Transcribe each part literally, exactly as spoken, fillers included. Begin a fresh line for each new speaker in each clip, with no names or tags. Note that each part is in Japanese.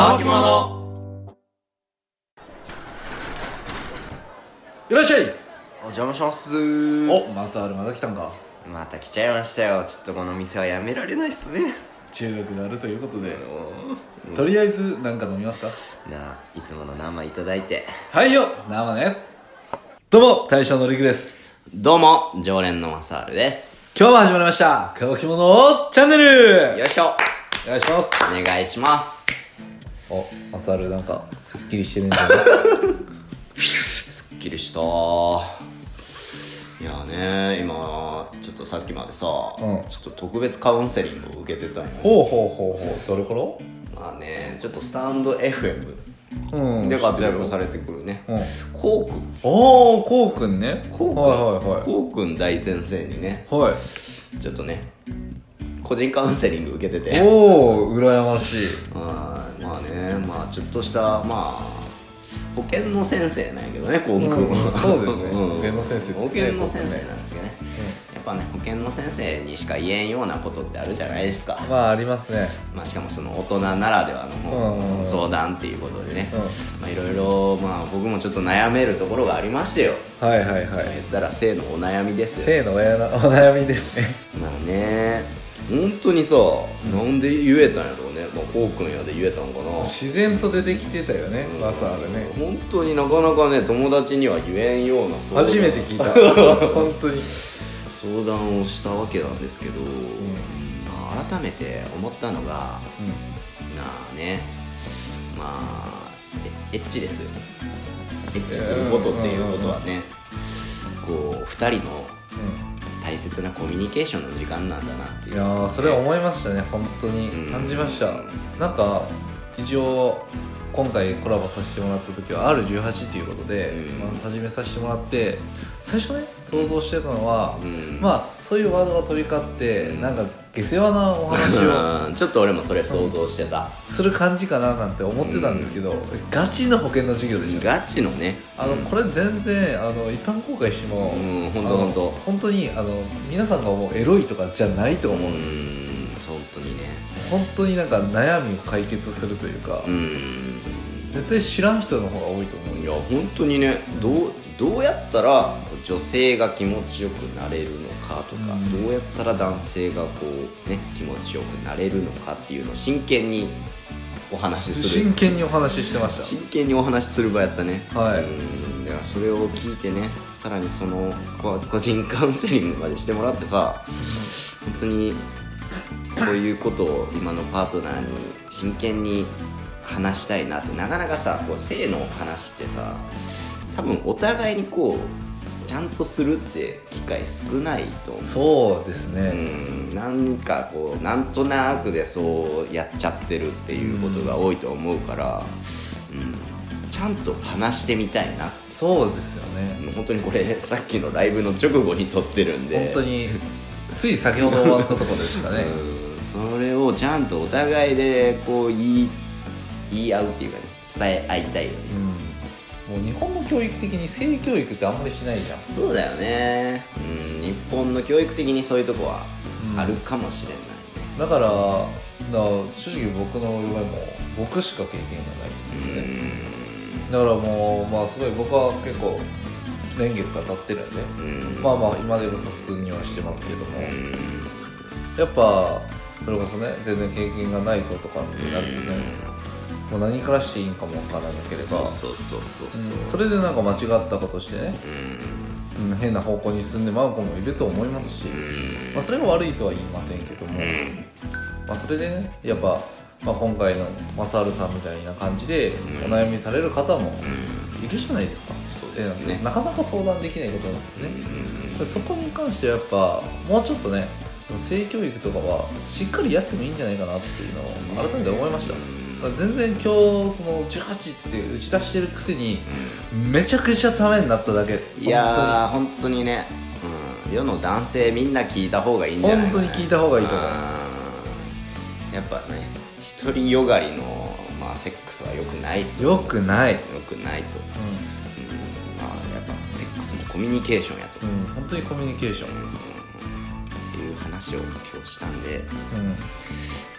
乾き物。いらっしゃい。
お邪魔します。
お、マサールまだ来たんか。
また来ちゃいましたよ。ちょっとこの店はやめられないっすね。
中毒があるということで、うん、とりあえず何か飲みますか。
なあ、いつもの生いただいて。
はいよ、生ね。どうも大将のりくです。
どうも常連のマサールです。
今日も始まりました乾き物チャンネル。
よいしょ、
お願いします。
お願いします。
お、マサールなんかすっきりしてるんじゃない
すっきりした。いやね、今ちょっとさっきまでさ、うん、ちょっと特別カウンセリングを受けてたんよ。
ほうほうほうほう。どれから？
まあね、ちょっとスタンド エフエム で活躍されてくるね、うん、こうくん。
おー、こうくんね。
こうくん、はいはいはい、こうくん大先生にね、
はい、
ちょっとね個人カウンセリング受けてて、
おー、羨ましい。
あまあね、まあちょっとしたまあ保健の先生なんやけどね、こうくん、
うん、そうですね、うん、保健の先生ですね。
保健の先生なんですけどね、うん、やっぱね保健の先生にしか言えんようなことってあるじゃないですか。
まあありますね。
まあしかもその大人ならではの相談っていうことでね、まあいろいろまあ僕もちょっと悩めるところがありましてよ。
はいはいはい。
言ったら性のお悩みですよ。
性のお悩みですね。
まあね、本当にさ、なんで言えたんやろうね。まあこうくんやで言えたんかな。
自然と出てきてたよね、マサールね。
本当になかなかね友達には言えんような相談、
初めて聞いた本当に
相談をしたわけなんですけど、うん、まあ、改めて思ったのが、うん、なあね、まあエッチですよ。エッチすることっていうことはね、こうふたりの大切なコミュニケーションの時間なんだなっていう、ね、
いやーそれは思いましたね。本当に感じました、うん、なんか一応今回コラボさせてもらった時は アールじゅうはち ということで、うんまあ、始めさせてもらって、最初ね想像してたのは、うん、まあそういうワードが飛び交って、うん、なんか下世話なお話を
ちょっと俺もそれ想像してた、
うん、する感じかななんて思ってたんですけど、うん、ガチの保険の授業でした。
ガチのね、
あの、うん、これ全然あの一般公開しても、
うん、本当本当
本当にあの皆さんが思うエロいとかじゃないと思う。うん、
本当にね、
本当になんか悩みを解決するというか、うん、絶対知らん人の方が多いと思う。
いや本当にね、どうどうやったら女性が気持ちよくなれるのかとか、うん、どうやったら男性がこうね気持ちよくなれるのかっていうのを真剣にお話しする。
真剣にお話ししてました。
真剣にお話しする場やったね。
はい。
うん、だからそれを聞いてね、さらにその個人カウンセリングまでしてもらってさ、本当にこういうことを今のパートナーに真剣に話したいなって。なかなかさ、こう性の話ってさ、多分お互いにこうちゃんとするって機会少ないと思う。
そうですね、
うん、なんかこうなんとなくでそうやっちゃってるっていうことが多いと思うから、うん、ちゃんと話してみたいな。
そうですよね。
本当にこれさっきのライブの直後に撮ってるんで、
本当につい先ほど終わったところですかね。
うん、それをちゃんとお互いでこう言い、言い合うっていうかね、伝え合いたいよね。
うん、もう日本の教育的に性教育ってあんまりしないじゃん。
そうだよね、うん、日本の教育的にそういうとこはあるかもしれないね、
うん、だからだから正直僕の嫁も僕しか経験がないんですね。うん、だからもうまあすごい僕は結構年月が経ってるんで、うん、まあまあ今でも普通にはしてますけども、うん、やっぱそれこそね全然経験がない子とかになるとね、うん、もう何からしていいんかもわからなければ、
そうそうそうそうそう、
うん、それでなんか間違ったことしてね、うんうん、変な方向に進んでまう子もいると思いますし、うんまあ、それが悪いとは言いませんけども、うんまあ、それでねやっぱ、まあ、今回のマサールさんみたいな感じでお悩みされる方もいるじゃないですか、うん、
そうですね、
なかなか相談できないことなんですね、うんうん、そこに関してはやっぱもうちょっとね性教育とかはしっかりやってもいいんじゃないかなっていうのを改めて思いました、うん、全然今日そのじゅうはちって打ち出してるくせにめちゃくちゃためになっただけ。
いやー本当にね、うん、世の男性みんな聞いた方がいいんじゃないかな。
本当に聞いた方がいいと思う。
やっぱね独りよがりの、まあ、セックスは良くないと。
良くない良
くないと、うんうんまあ、やっぱセックスもコミュニケーションやと、
うん、本当にコミュニケーション、うん、
っていう話を今日したんで、うん、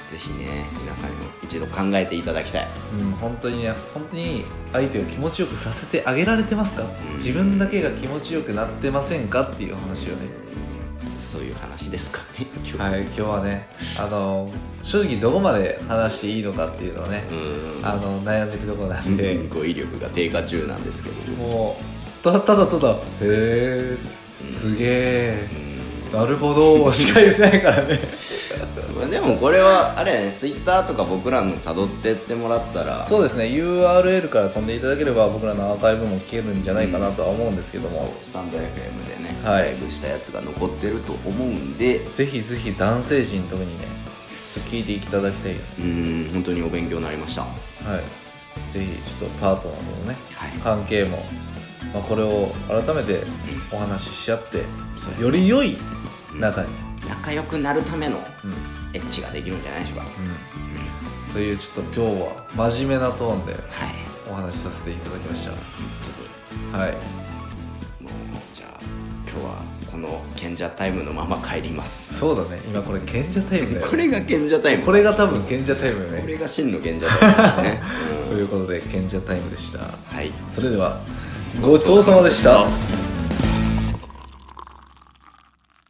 ぜひね皆さんにも一度考えていただきたい。
うん、本当にね、本当に相手を気持ちよくさせてあげられてますか、
うん、
自分だけが気持ちよくなってませんかっていう話をね、
そういう話ですかね今日は。
はい、今日はね、あの正直どこまで話していいのかっていうのをね、
うん
あの悩んでるところなんで、
うん、語彙力が低下中なんですけど
もうただただただへえすげえ、うん、なるほどしか言ってないからね
でもこれはあれやね、ツイッターとか僕らの辿ってってもらったら、
そうですね ユーアールエル から飛んでいただければ僕らのアーカイブも聞けるんじゃないかなとは思うんですけども、
そうスタンド エフエム でね、
はい、
ライブしたやつが残ってると思うんで、
ぜひぜひ男性陣特にねちょっと聞いていただきたいよね。
うん本当にお勉強になりました。
はいぜひちょっとパートナーとのね、
はい、
関係も、まあ、これを改めてお話しし合って、
うん、
より良い仲に、
うん、仲良くなるための
うん
エッチができるんじゃないでしょうか、
うん、というちょっと今日は真面目なトーンで
はい
お話しさせていただきました。
ちょっと
はい
もうじゃあ今日はこの賢者タイムのまま帰ります。
そうだね、今これ賢者タイムだよ
これが賢者タイム、
これが多分賢者タイムよね。
これが真の賢者タイムですね、
ということで賢者タイムでした。
はい、
それではごちそうさまでした。